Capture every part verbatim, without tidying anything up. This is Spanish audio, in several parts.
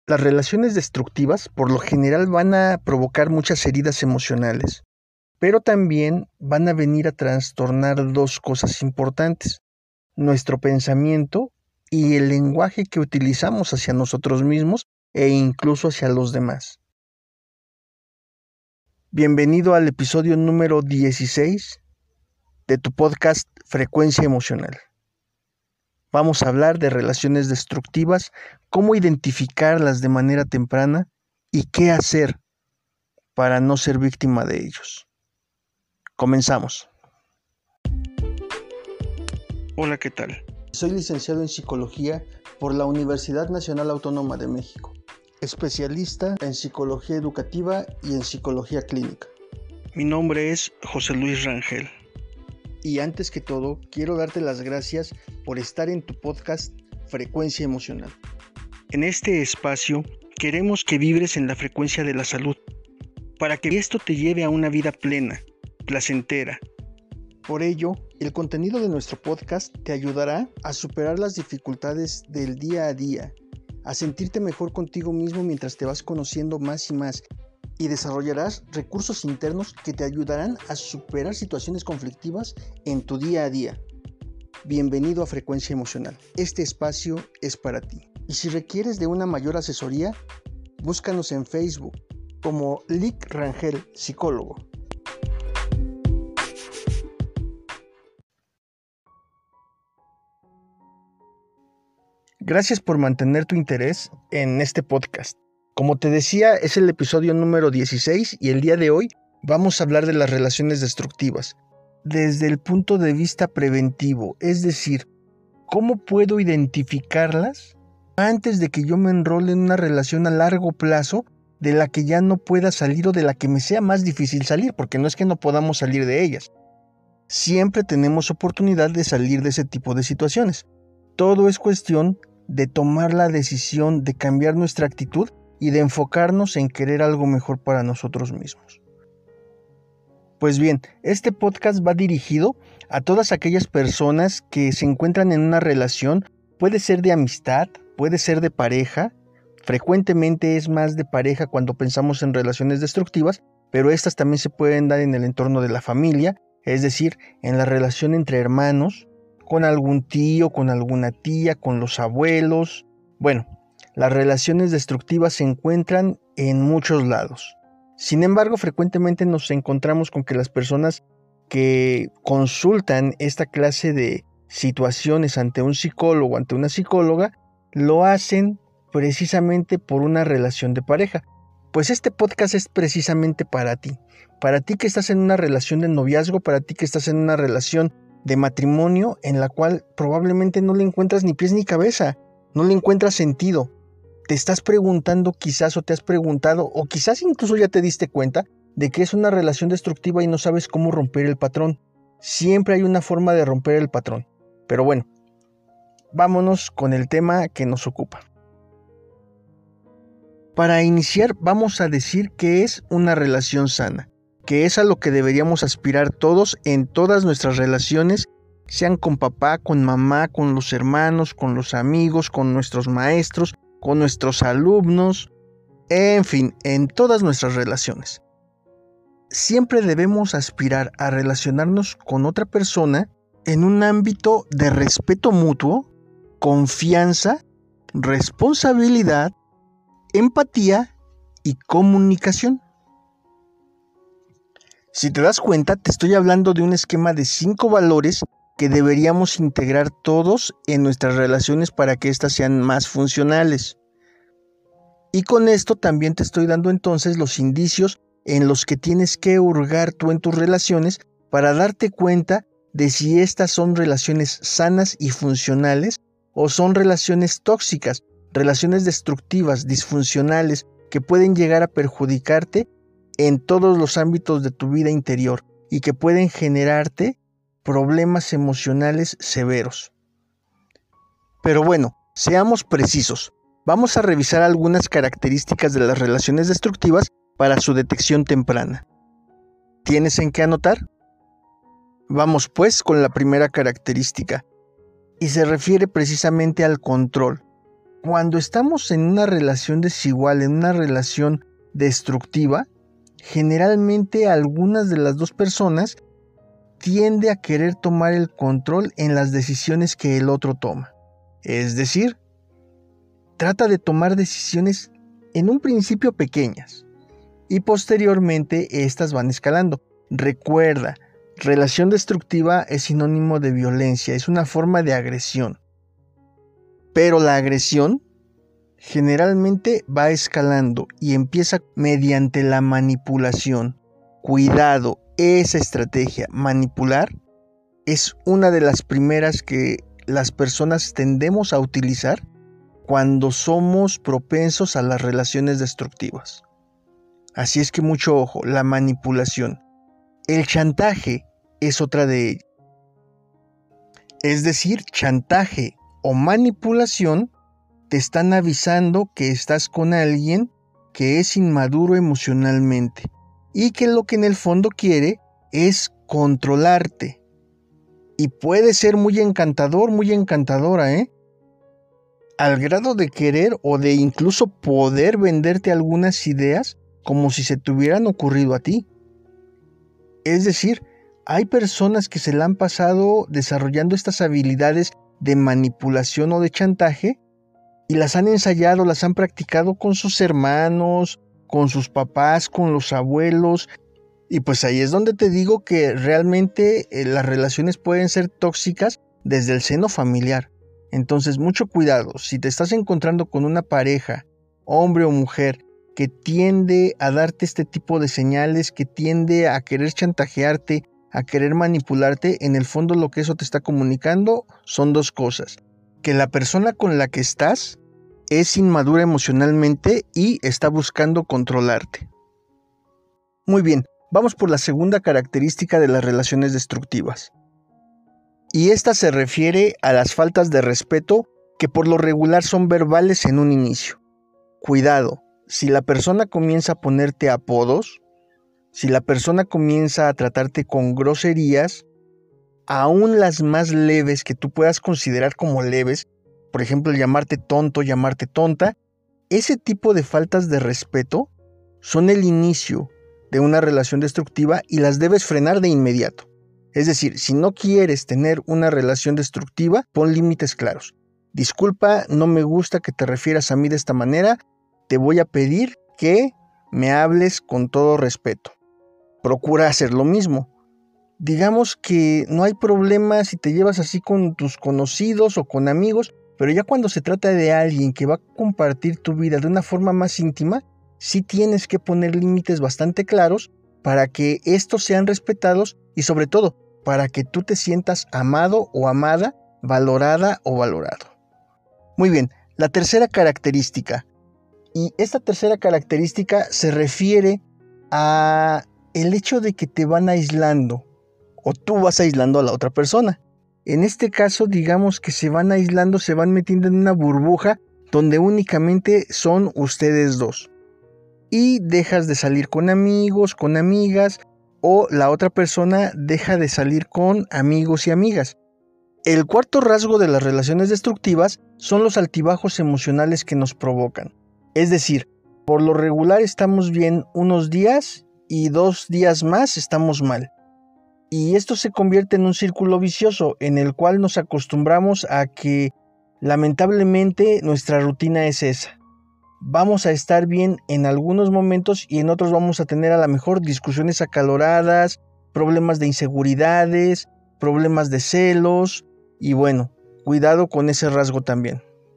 Las relaciones destructivas por lo general van a provocar muchas heridas emocionales, pero también van a venir a trastornar dos cosas importantes: nuestro pensamiento y el lenguaje que utilizamos hacia nosotros mismos e incluso hacia los demás. Bienvenido al episodio número dieciséis de tu podcast Frecuencia Emocional. Vamos a hablar de relaciones destructivas, cómo identificarlas de manera temprana y qué hacer para no ser víctima de ellos. Comenzamos. Hola, ¿qué tal? Soy licenciado en Psicología por la Universidad Nacional Autónoma de México, especialista en Psicología Educativa y en Psicología Clínica. Mi nombre es José Luis Rangel. Y antes que todo, quiero darte las gracias por estar en tu podcast Frecuencia Emocional. En este espacio queremos que vibres en la frecuencia de la salud, para que esto te lleve a una vida plena, placentera. Por ello, el contenido de nuestro podcast te ayudará a superar las dificultades del día a día, a sentirte mejor contigo mismo mientras te vas conociendo más y más, y desarrollarás recursos internos que te ayudarán a superar situaciones conflictivas en tu día a día. Bienvenido a Frecuencia Emocional. Este espacio es para ti. Y si requieres de una mayor asesoría, búscanos en Facebook como Lic Rangel Psicólogo. Gracias por mantener tu interés en este podcast. Como te decía, es el episodio número dieciséis y el día de hoy vamos a hablar de las relaciones destructivas desde el punto de vista preventivo, es decir, ¿cómo puedo identificarlas antes de que yo me enrole en una relación a largo plazo de la que ya no pueda salir o de la que me sea más difícil salir? Porque no es que no podamos salir de ellas. Siempre tenemos oportunidad de salir de ese tipo de situaciones. Todo es cuestión de tomar la decisión de cambiar nuestra actitud y de enfocarnos en querer algo mejor para nosotros mismos. Pues bien, este podcast va dirigido a todas aquellas personas que se encuentran en una relación, puede ser de amistad, puede ser de pareja, frecuentemente es más de pareja cuando pensamos en relaciones destructivas, pero estas también se pueden dar en el entorno de la familia, es decir, en la relación entre hermanos, con algún tío, con alguna tía, con los abuelos. Bueno, las relaciones destructivas se encuentran en muchos lados. Sin embargo, frecuentemente nos encontramos con que las personas que consultan esta clase de situaciones ante un psicólogo o ante una psicóloga lo hacen precisamente por una relación de pareja. Pues este podcast es precisamente para ti. Para ti que estás en una relación de noviazgo, para ti que estás en una relación de matrimonio en la cual probablemente no le encuentras ni pies ni cabeza, no le encuentras sentido. Te estás preguntando quizás o te has preguntado o quizás incluso ya te diste cuenta de que es una relación destructiva y no sabes cómo romper el patrón. Siempre hay una forma de romper el patrón. Pero bueno, vámonos con el tema que nos ocupa. Para iniciar vamos a decir que es una relación sana, que es a lo que deberíamos aspirar todos en todas nuestras relaciones, sean con papá, con mamá, con los hermanos, con los amigos, con nuestros maestros, con nuestros alumnos, en fin, en todas nuestras relaciones. Siempre debemos aspirar a relacionarnos con otra persona en un ámbito de respeto mutuo, confianza, responsabilidad, empatía y comunicación. Si te das cuenta, te estoy hablando de un esquema de cinco valores que deberíamos integrar todos en nuestras relaciones para que éstas sean más funcionales. Y con esto también te estoy dando entonces los indicios en los que tienes que hurgar tú en tus relaciones para darte cuenta de si estas son relaciones sanas y funcionales o son relaciones tóxicas, relaciones destructivas, disfuncionales, que pueden llegar a perjudicarte en todos los ámbitos de tu vida interior y que pueden generarte problemas emocionales severos. Pero bueno, seamos precisos. Vamos a revisar algunas características de las relaciones destructivas para su detección temprana. ¿Tienes en qué anotar? Vamos pues con la primera característica, y se refiere precisamente al control. Cuando estamos en una relación desigual, en una relación destructiva, generalmente algunas de las dos personas tiende a querer tomar el control en las decisiones que el otro toma. Es decir, trata de tomar decisiones en un principio pequeñas y posteriormente estas van escalando. Recuerda, relación destructiva es sinónimo de violencia, es una forma de agresión. Pero la agresión generalmente va escalando y empieza mediante la manipulación. Cuidado, esa estrategia, manipular, es una de las primeras que las personas tendemos a utilizar cuando somos propensos a las relaciones destructivas. Así es que mucho ojo, la manipulación. El chantaje es otra de ellas. Es decir, chantaje o manipulación te están avisando que estás con alguien que es inmaduro emocionalmente y que lo que en el fondo quiere es controlarte. Y puede ser muy encantador, muy encantadora, ¿eh? Al grado de querer o de incluso poder venderte algunas ideas como si se te hubieran ocurrido a ti. Es decir, hay personas que se la han pasado desarrollando estas habilidades de manipulación o de chantaje y las han ensayado, las han practicado con sus hermanos, con sus papás, con los abuelos. Y pues ahí es donde te digo que realmente eh, las relaciones pueden ser tóxicas desde el seno familiar. Entonces, mucho cuidado. Si te estás encontrando con una pareja, hombre o mujer, que tiende a darte este tipo de señales, que tiende a querer chantajearte, a querer manipularte, en el fondo lo que eso te está comunicando son dos cosas. Que la persona con la que estás es inmadura emocionalmente y está buscando controlarte. Muy bien, vamos por la segunda característica de las relaciones destructivas. Y esta se refiere a las faltas de respeto que por lo regular son verbales en un inicio. Cuidado, si la persona comienza a ponerte apodos, si la persona comienza a tratarte con groserías, aún las más leves que tú puedas considerar como leves, por ejemplo, llamarte tonto, llamarte tonta, ese tipo de faltas de respeto son el inicio de una relación destructiva y las debes frenar de inmediato. Es decir, si no quieres tener una relación destructiva, pon límites claros. Disculpa, no me gusta que te refieras a mí de esta manera, te voy a pedir que me hables con todo respeto. Procura hacer lo mismo. Digamos que no hay problema si te llevas así con tus conocidos o con amigos, pero ya cuando se trata de alguien que va a compartir tu vida de una forma más íntima, sí tienes que poner límites bastante claros para que estos sean respetados y sobre todo para que tú te sientas amado o amada, valorada o valorado. Muy bien, la tercera característica. Y esta tercera característica se refiere a el hecho de que te van aislando o tú vas aislando a la otra persona. En este caso, digamos que se van aislando, se van metiendo en una burbuja donde únicamente son ustedes dos. Y dejas de salir con amigos, con amigas, o la otra persona deja de salir con amigos y amigas. El cuarto rasgo de las relaciones destructivas son los altibajos emocionales que nos provocan. Es decir, por lo regular estamos bien unos días y dos días más estamos mal. Y esto se convierte en un círculo vicioso en el cual nos acostumbramos a que lamentablemente nuestra rutina es esa. Vamos a estar bien en algunos momentos y en otros vamos a tener a lo mejor discusiones acaloradas, problemas de inseguridades, problemas de celos y bueno, cuidado con ese rasgo también.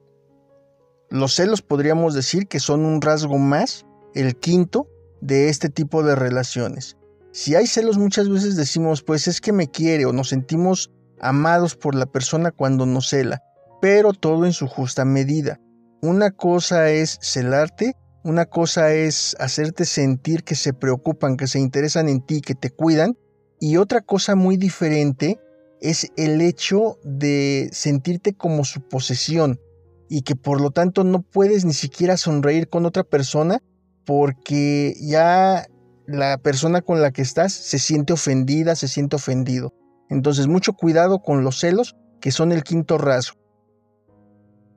Los celos podríamos decir que son un rasgo más, el quinto, de este tipo de relaciones. Si hay celos muchas veces decimos pues es que me quiere o nos sentimos amados por la persona cuando nos cela, pero todo en su justa medida. Una cosa es celarte, una cosa es hacerte sentir que se preocupan, que se interesan en ti, que te cuidan, y otra cosa muy diferente es el hecho de sentirte como su posesión y que por lo tanto no puedes ni siquiera sonreír con otra persona porque ya la persona con la que estás se siente ofendida, se siente ofendido. Entonces mucho cuidado con los celos, que son el quinto rasgo.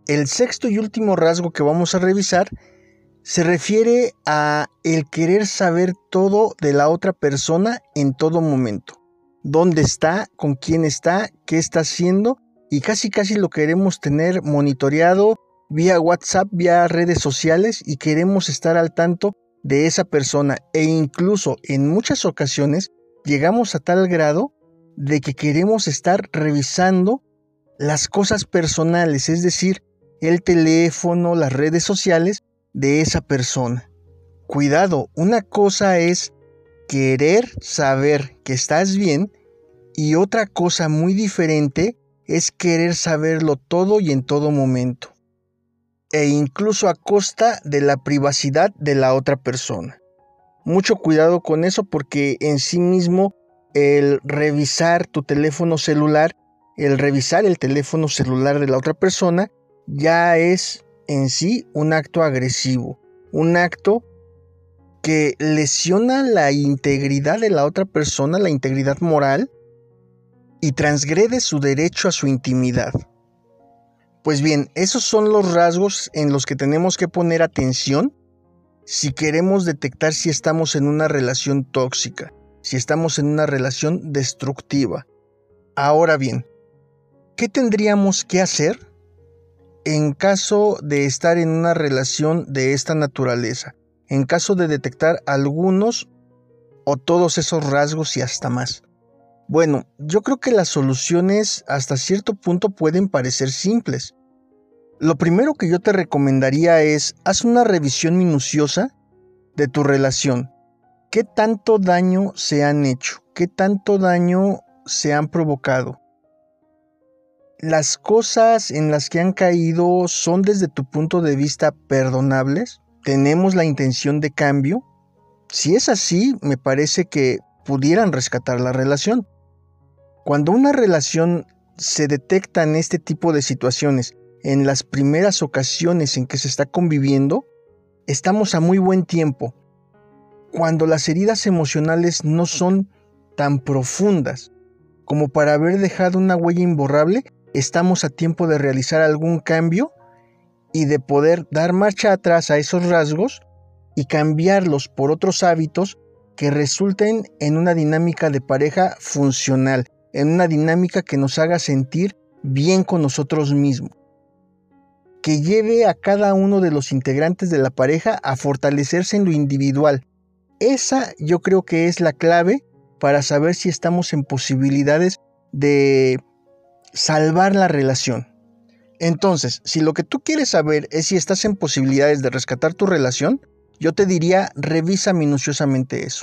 El sexto y último rasgo que vamos a revisar se refiere a el querer saber todo de la otra persona en todo momento. Dónde está, con quién está, qué está haciendo, y casi casi lo queremos tener monitoreado vía WhatsApp, vía redes sociales, y queremos estar al tanto de esa persona. E incluso en muchas ocasiones llegamos a tal grado de que queremos estar revisando las cosas personales, es decir, el teléfono, las redes sociales de esa persona. Cuidado, una cosa es querer saber que estás bien y otra cosa muy diferente es querer saberlo todo y en todo momento, e incluso a costa de la privacidad de la otra persona. Mucho cuidado con eso, porque en sí mismo el revisar tu teléfono celular, el revisar el teléfono celular de la otra persona ya es en sí un acto agresivo, un acto que lesiona la integridad de la otra persona, la integridad moral, y transgrede su derecho a su intimidad. Pues bien, esos son los rasgos en los que tenemos que poner atención si queremos detectar si estamos en una relación tóxica, si estamos en una relación destructiva. Ahora bien, ¿qué tendríamos que hacer en caso de estar en una relación de esta naturaleza? En caso de detectar algunos o todos esos rasgos y hasta más. Bueno, yo creo que las soluciones hasta cierto punto pueden parecer simples. Lo primero que yo te recomendaría es, haz una revisión minuciosa de tu relación. ¿Qué tanto daño se han hecho? ¿Qué tanto daño se han provocado? ¿Las cosas en las que han caído son desde tu punto de vista perdonables? ¿Tenemos la intención de cambio? Si es así, me parece que pudieran rescatar la relación. Cuando una relación se detecta en este tipo de situaciones, en las primeras ocasiones en que se está conviviendo, estamos a muy buen tiempo. Cuando las heridas emocionales no son tan profundas como para haber dejado una huella imborrable, estamos a tiempo de realizar algún cambio y de poder dar marcha atrás a esos rasgos y cambiarlos por otros hábitos que resulten en una dinámica de pareja funcional, en una dinámica que nos haga sentir bien con nosotros mismos, que lleve a cada uno de los integrantes de la pareja a fortalecerse en lo individual. Esa yo creo que es la clave para saber si estamos en posibilidades de salvar la relación. Entonces, si lo que tú quieres saber es si estás en posibilidades de rescatar tu relación, yo te diría, revisa minuciosamente eso.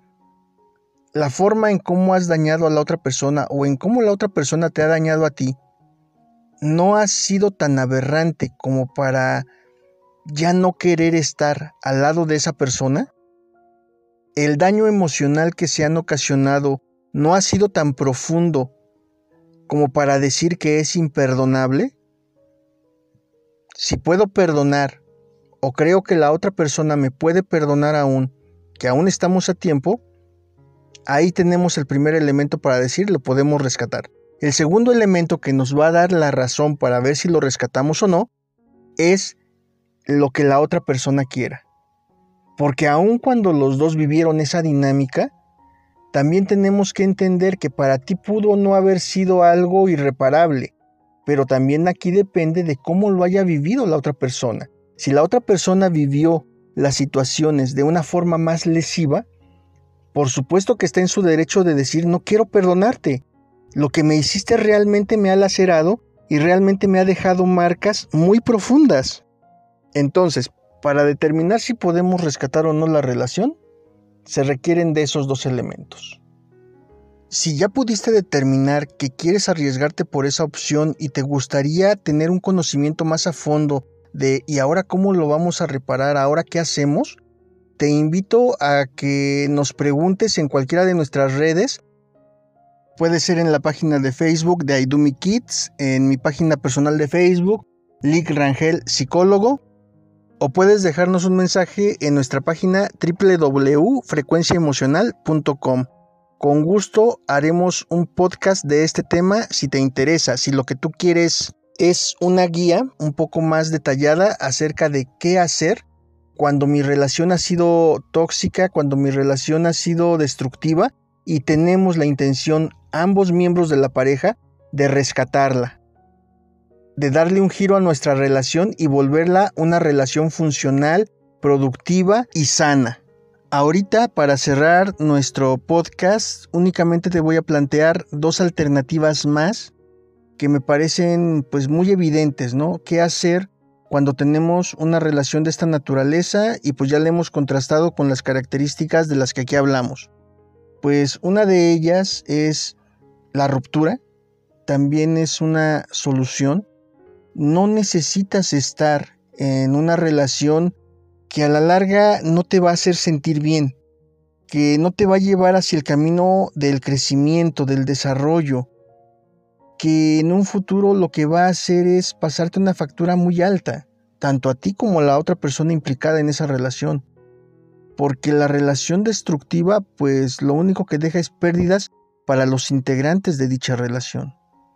La forma en cómo has dañado a la otra persona o en cómo la otra persona te ha dañado a ti no ha sido tan aberrante como para ya no querer estar al lado de esa persona. El daño emocional que se han ocasionado no ha sido tan profundo como para decir que es imperdonable. Si puedo perdonar o creo que la otra persona me puede perdonar aún, que aún estamos a tiempo, ahí tenemos el primer elemento para decir lo podemos rescatar. El segundo elemento que nos va a dar la razón para ver si lo rescatamos o no es lo que la otra persona quiera. Porque aun cuando los dos vivieron esa dinámica, también tenemos que entender que para ti pudo no haber sido algo irreparable, pero también aquí depende de cómo lo haya vivido la otra persona. Si la otra persona vivió las situaciones de una forma más lesiva, por supuesto que está en su derecho de decir no quiero perdonarte. Lo que me hiciste realmente me ha lacerado y realmente me ha dejado marcas muy profundas. Entonces, para determinar si podemos rescatar o no la relación, se requieren de esos dos elementos. Si ya pudiste determinar que quieres arriesgarte por esa opción y te gustaría tener un conocimiento más a fondo de ¿y ahora cómo lo vamos a reparar? ¿Ahora qué hacemos? Te invito a que nos preguntes en cualquiera de nuestras redes. Puede ser en la página de Facebook de I Do Me Kids, en mi página personal de Facebook, Lick Rangel Psicólogo, o puedes dejarnos un mensaje en nuestra página doble u doble u doble u punto frecuencia emocional punto com. Con gusto haremos un podcast de este tema si te interesa, si lo que tú quieres Es una guía un poco más detallada acerca de qué hacer cuando mi relación ha sido tóxica, cuando mi relación ha sido destructiva y tenemos la intención, ambos miembros de la pareja, de rescatarla, de darle un giro a nuestra relación y volverla una relación funcional, productiva y sana. Ahorita, para cerrar nuestro podcast, únicamente te voy a plantear dos alternativas más que me parecen pues muy evidentes, ¿no? ¿Qué hacer cuando tenemos una relación de esta naturaleza? Y pues ya la hemos contrastado con las características de las que aquí hablamos. Pues una de ellas es la ruptura, también es una solución. No necesitas estar en una relación que a la larga no te va a hacer sentir bien, que no te va a llevar hacia el camino del crecimiento, del desarrollo, que en un futuro lo que va a hacer es pasarte una factura muy alta, tanto a ti como a la otra persona implicada en esa relación. Porque la relación destructiva, pues lo único que deja es pérdidas para los integrantes de dicha relación.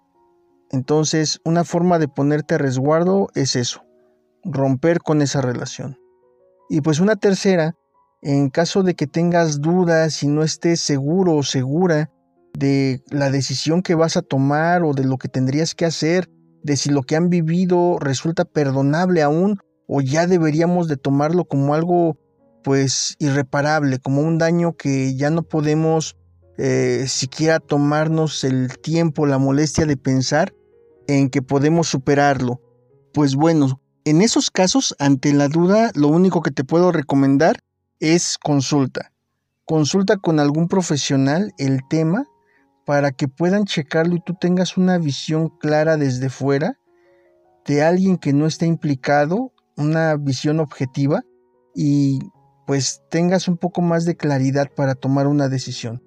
Entonces, una forma de ponerte a resguardo es eso, romper con esa relación. Y pues una tercera, en caso de que tengas dudas y no estés seguro o segura de la decisión que vas a tomar o de lo que tendrías que hacer, de si lo que han vivido resulta perdonable aún o ya deberíamos de tomarlo como algo pues irreparable, como un daño que ya no podemos eh, siquiera tomarnos el tiempo, la molestia de pensar en que podemos superarlo. Pues bueno, en esos casos, ante la duda, lo único que te puedo recomendar es consulta. Consulta con algún profesional el tema para que puedan checarlo y tú tengas una visión clara desde fuera de alguien que no está implicado, una visión objetiva y pues tengas un poco más de claridad para tomar una decisión.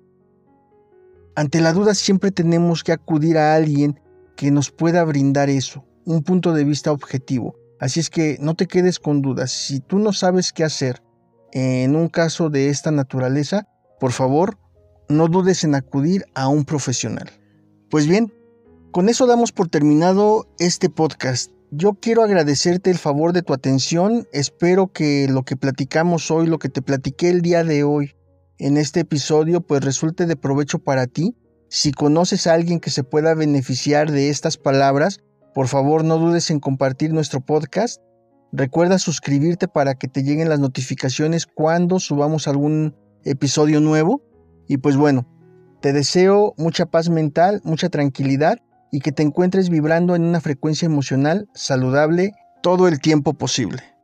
Ante la duda siempre tenemos que acudir a alguien que nos pueda brindar eso, un punto de vista objetivo. Así es que no te quedes con dudas. Si tú no sabes qué hacer en un caso de esta naturaleza, por favor, no dudes en acudir a un profesional. Pues bien, con eso damos por terminado este podcast. Yo quiero agradecerte el favor de tu atención. Espero que lo que platicamos hoy, lo que te platiqué el día de hoy en este episodio, pues resulte de provecho para ti. Si conoces a alguien que se pueda beneficiar de estas palabras, por favor no dudes en compartir nuestro podcast. Recuerda suscribirte para que te lleguen las notificaciones cuando subamos algún episodio nuevo. Y pues bueno, te deseo mucha paz mental, mucha tranquilidad y que te encuentres vibrando en una frecuencia emocional saludable todo el tiempo posible.